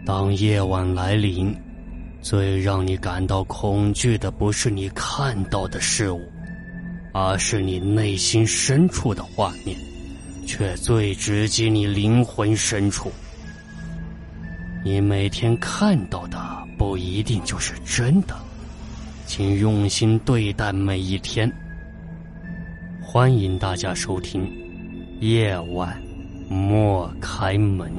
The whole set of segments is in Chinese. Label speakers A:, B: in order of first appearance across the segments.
A: 当夜晚来临，最让你感到恐惧的不是你看到的事物，而是你内心深处的画面，却最直击你灵魂深处。你每天看到的不一定就是真的，请用心对待每一天。欢迎大家收听夜晚莫开门。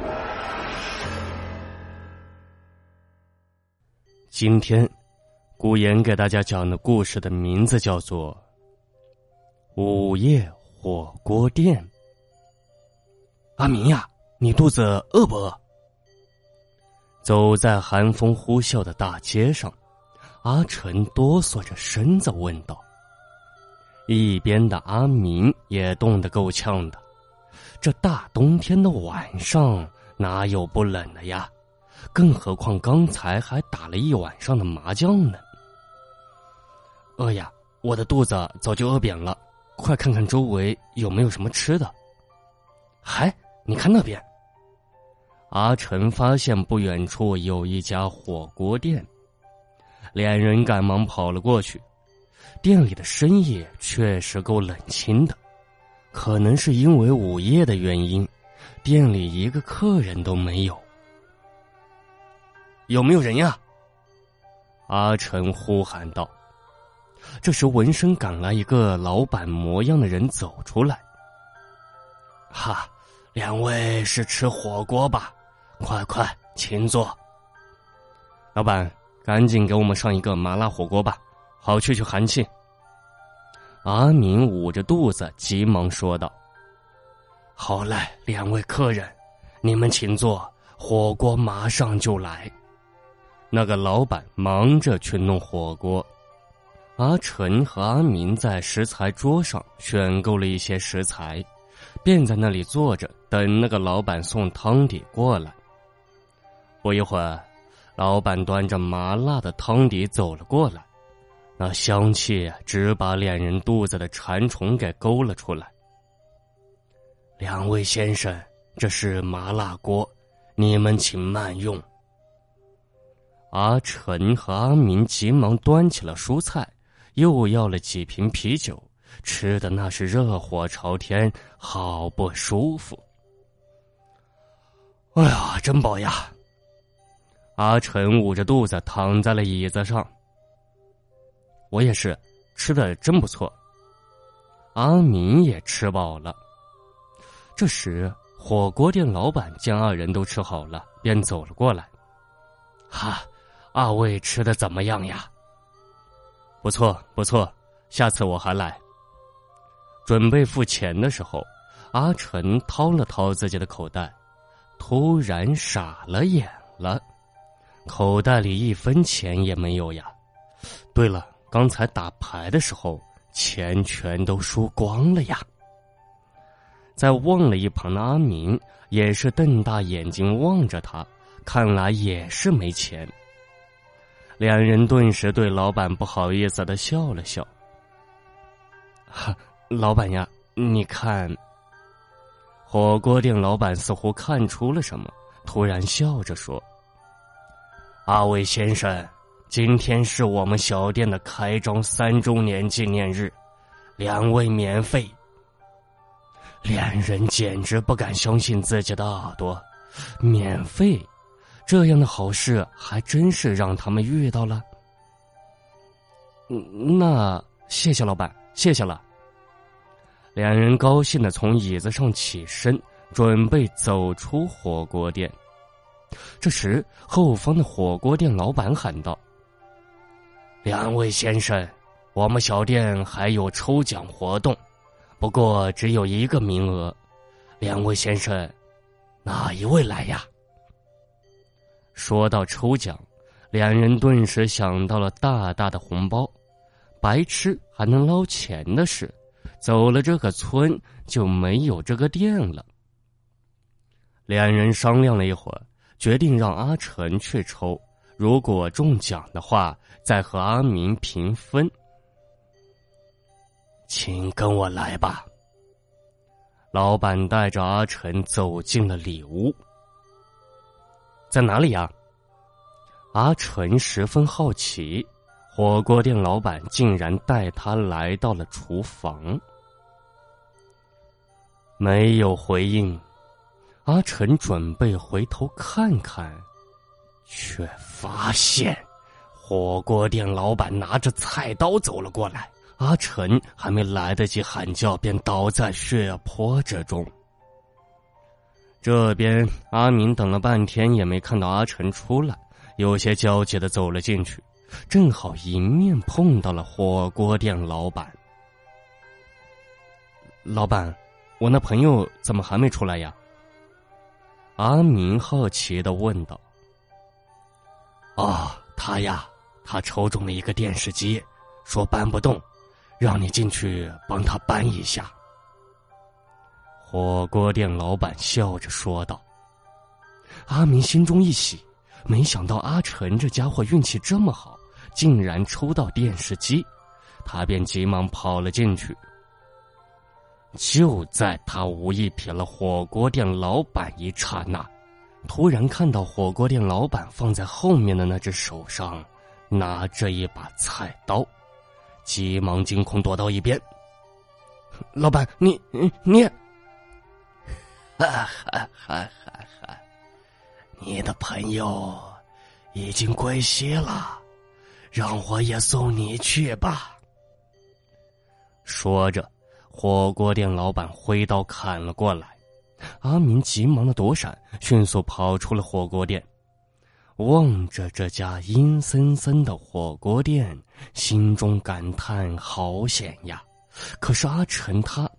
A: 今天顾言给大家讲的故事的名字叫做午夜火锅店。阿明呀，你肚子饿不饿？走在寒风呼啸的大街上，阿成哆嗦着身子问道。一边的阿明也冻得够呛的，这大冬天的晚上哪有不冷的呀？更何况刚才还打了一晚上的麻将呢。饿呀，我的肚子早就饿扁了，快看看周围有没有什么吃的。嗨，你看那边。阿成发现不远处有一家火锅店，两人赶忙跑了过去。店里的生意确实够冷清的，可能是因为午夜的原因，店里一个客人都没有。有没有人呀？阿成呼喊道。这时闻声赶来一个老板模样的人走出来。哈，两位是吃火锅吧？快快请坐。老板，赶紧给我们上一个麻辣火锅吧，好去寒气。阿明捂着肚子急忙说道。好嘞，两位客人，你们请坐，火锅马上就来。那个老板忙着去弄火锅。阿成和阿明在食材桌上选购了一些食材，便在那里坐着等那个老板送汤底过来。不一会儿，老板端着麻辣的汤底走了过来，那香气只把两人肚子的馋虫给勾了出来。两位先生，这是麻辣锅，你们请慢用。阿成和阿明急忙端起了蔬菜，又要了几瓶啤酒，吃的那是热火朝天，好不舒服。哎呀，真饱呀！阿成捂着肚子躺在了椅子上。我也是，吃的真不错。阿明也吃饱了。这时火锅店老板见二人都吃好了，便走了过来。哈，二位吃的怎么样呀？不错不错，下次我还来。准备付钱的时候，阿成掏了掏自己的口袋，突然傻了眼了，口袋里一分钱也没有呀。对了，刚才打牌的时候钱全都输光了呀。在望了一旁的阿明也是瞪大眼睛望着他，看来也是没钱。两人顿时对老板不好意思地笑了笑。老板呀，你看。火锅店老板似乎看出了什么，突然笑着说。二位先生，今天是我们小店的开张3周年纪念日，两位免费。两人简直不敢相信自己的耳朵，免费，这样的好事还真是让他们遇到了。那谢谢老板，谢谢了。两人高兴地从椅子上起身，准备走出火锅店。这时后方的火锅店老板喊道。两位先生，我们小店还有抽奖活动，不过只有1个名额，两位先生哪一位来呀？说到抽奖，两人顿时想到了大大的红包，白吃还能捞钱的事，走了这个村就没有这个店了。两人商量了一会儿，决定让阿成去抽，如果中奖的话再和阿明平分。请跟我来吧。老板带着阿成走进了里屋。 在哪里呀？阿成十分好奇，火锅店老板竟然带他来到了厨房。没有回应，阿成准备回头看看，却发现火锅店老板拿着菜刀走了过来。阿成还没来得及喊叫，便倒在血泊之中。这边阿明等了半天也没看到阿成出来，有些焦急地走了进去，正好迎面碰到了火锅店老板。老板，我那朋友怎么还没出来呀？阿明好奇地问道。哦，他呀，他抽中了一个电视机，说搬不动，让你进去帮他搬一下。火锅店老板笑着说道。阿明心中一喜，没想到阿成这家伙运气这么好，竟然抽到电视机，他便急忙跑了进去。就在他无意瞥了火锅店老板一刹那，突然看到火锅店老板放在后面的那只手上拿着一把菜刀，急忙惊恐躲到一边。老板，你你的朋友已经归西了，让我也送你去吧。说着，火锅店老板挥刀砍了过来。阿明急忙的躲闪，迅速跑出了火锅店。望着这家阴森森的火锅店，心中感叹好险呀。可是阿成他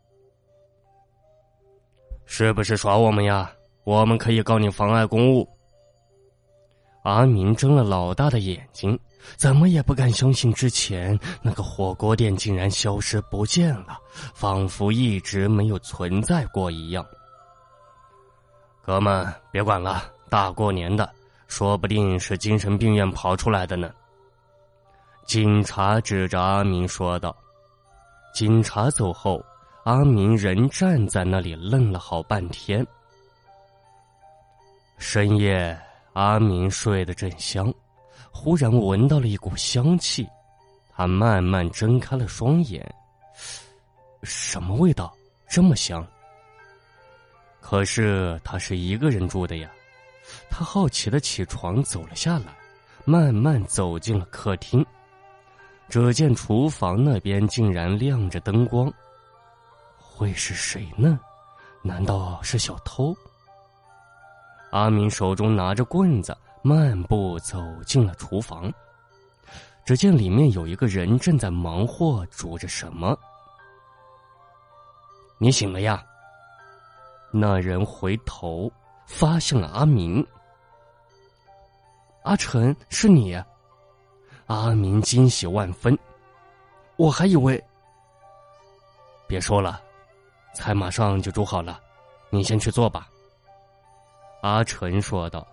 A: 是不是耍我们呀？我们可以告你妨碍公务。阿明睁了老大的眼睛，怎么也不敢相信之前那个火锅店竟然消失不见了，仿佛一直没有存在过一样。哥们，别管了，大过年的，说不定是精神病院跑出来的呢。警察指着阿明说道。警察走后，阿明仍站在那里愣了好半天。深夜，阿明睡得正香，忽然闻到了一股香气，他慢慢睁开了双眼。什么味道这么香？可是他是一个人住的呀。他好奇地起床走了下来，慢慢走进了客厅。只见厨房那边竟然亮着灯光，会是谁呢？难道是小偷？阿明手中拿着棍子，漫步走进了厨房。只见里面有一个人正在忙活煮着什么。你醒了呀？那人回头发现了阿明。阿成，是你？阿明惊喜万分，我还以为……别说了，菜马上就煮好了，你先去做吧。阿成说道。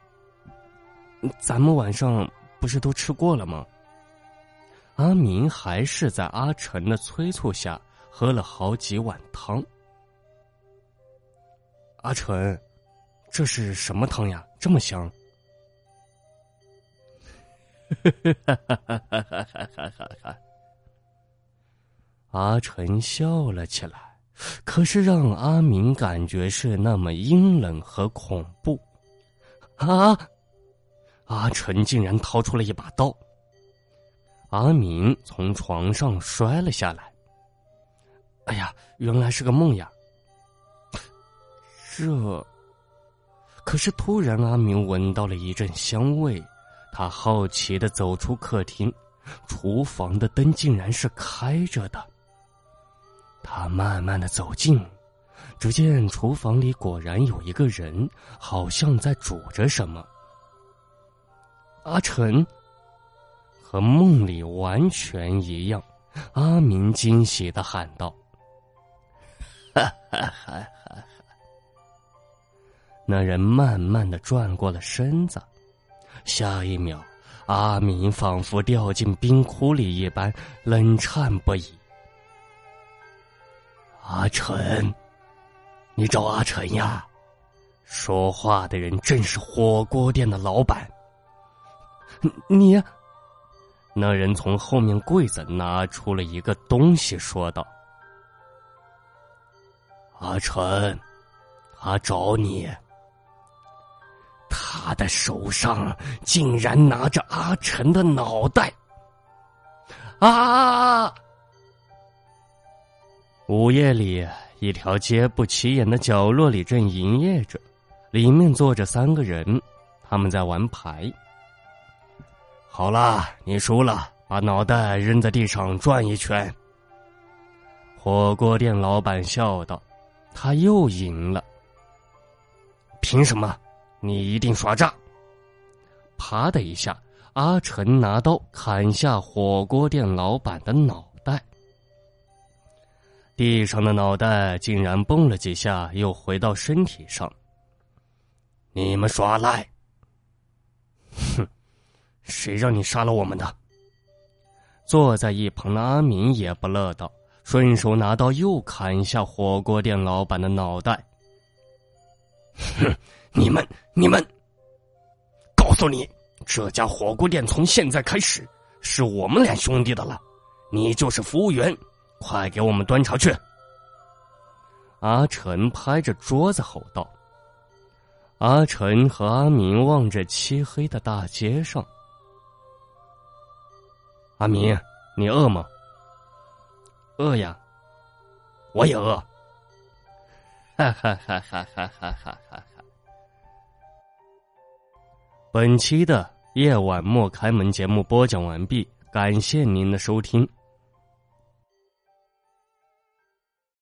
A: 咱们晚上不是都吃过了吗？阿明还是在阿成的催促下喝了好几碗汤。阿成，这是什么汤呀？这么香。阿成笑了起来，可是让阿明感觉是那么阴冷和恐怖。啊！阿成竟然掏出了一把刀。阿明从床上摔了下来。哎呀，原来是个梦呀。可是突然阿明闻到了一阵香味，他好奇地走出客厅，厨房的灯竟然是开着的。他慢慢地走近，只见厨房里果然有一个人，好像在煮着什么。阿成，和梦里完全一样。阿明惊喜地喊道。哈哈哈哈！那人慢慢地转过了身子，下一秒，阿明仿佛掉进冰窟里一般，冷颤不已。阿成，你找阿成呀？ 说话的人正是火锅店的老板。你……那人从后面柜子拿出了一个东西，说道：“阿成，他找你。”他的手上竟然拿着阿成的脑袋。啊！午夜里，一条街不起眼的角落里正营业着，里面坐着3个人，他们在玩牌。好啦，你输了，把脑袋扔在地上转一圈。火锅店老板笑道，他又赢了。凭什么？你一定耍诈！啪的一下，阿成拿刀砍下火锅店老板的脑袋。地上的脑袋竟然蹦了几下，又回到身体上。你们耍赖！哼，谁让你杀了我们的？坐在一旁的阿明也不乐道，顺手拿刀又砍下火锅店老板的脑袋。哼，你们，告诉你，这家火锅店从现在开始是我们俩兄弟的了，你就是服务员，快给我们端茶去。阿成拍着桌子吼道。阿成和阿明望着漆黑的大街上。阿明，你饿吗？饿呀。我也饿。哈哈哈哈哈哈哈哈！本期的夜晚莫开门节目播讲完毕，感谢您的收听。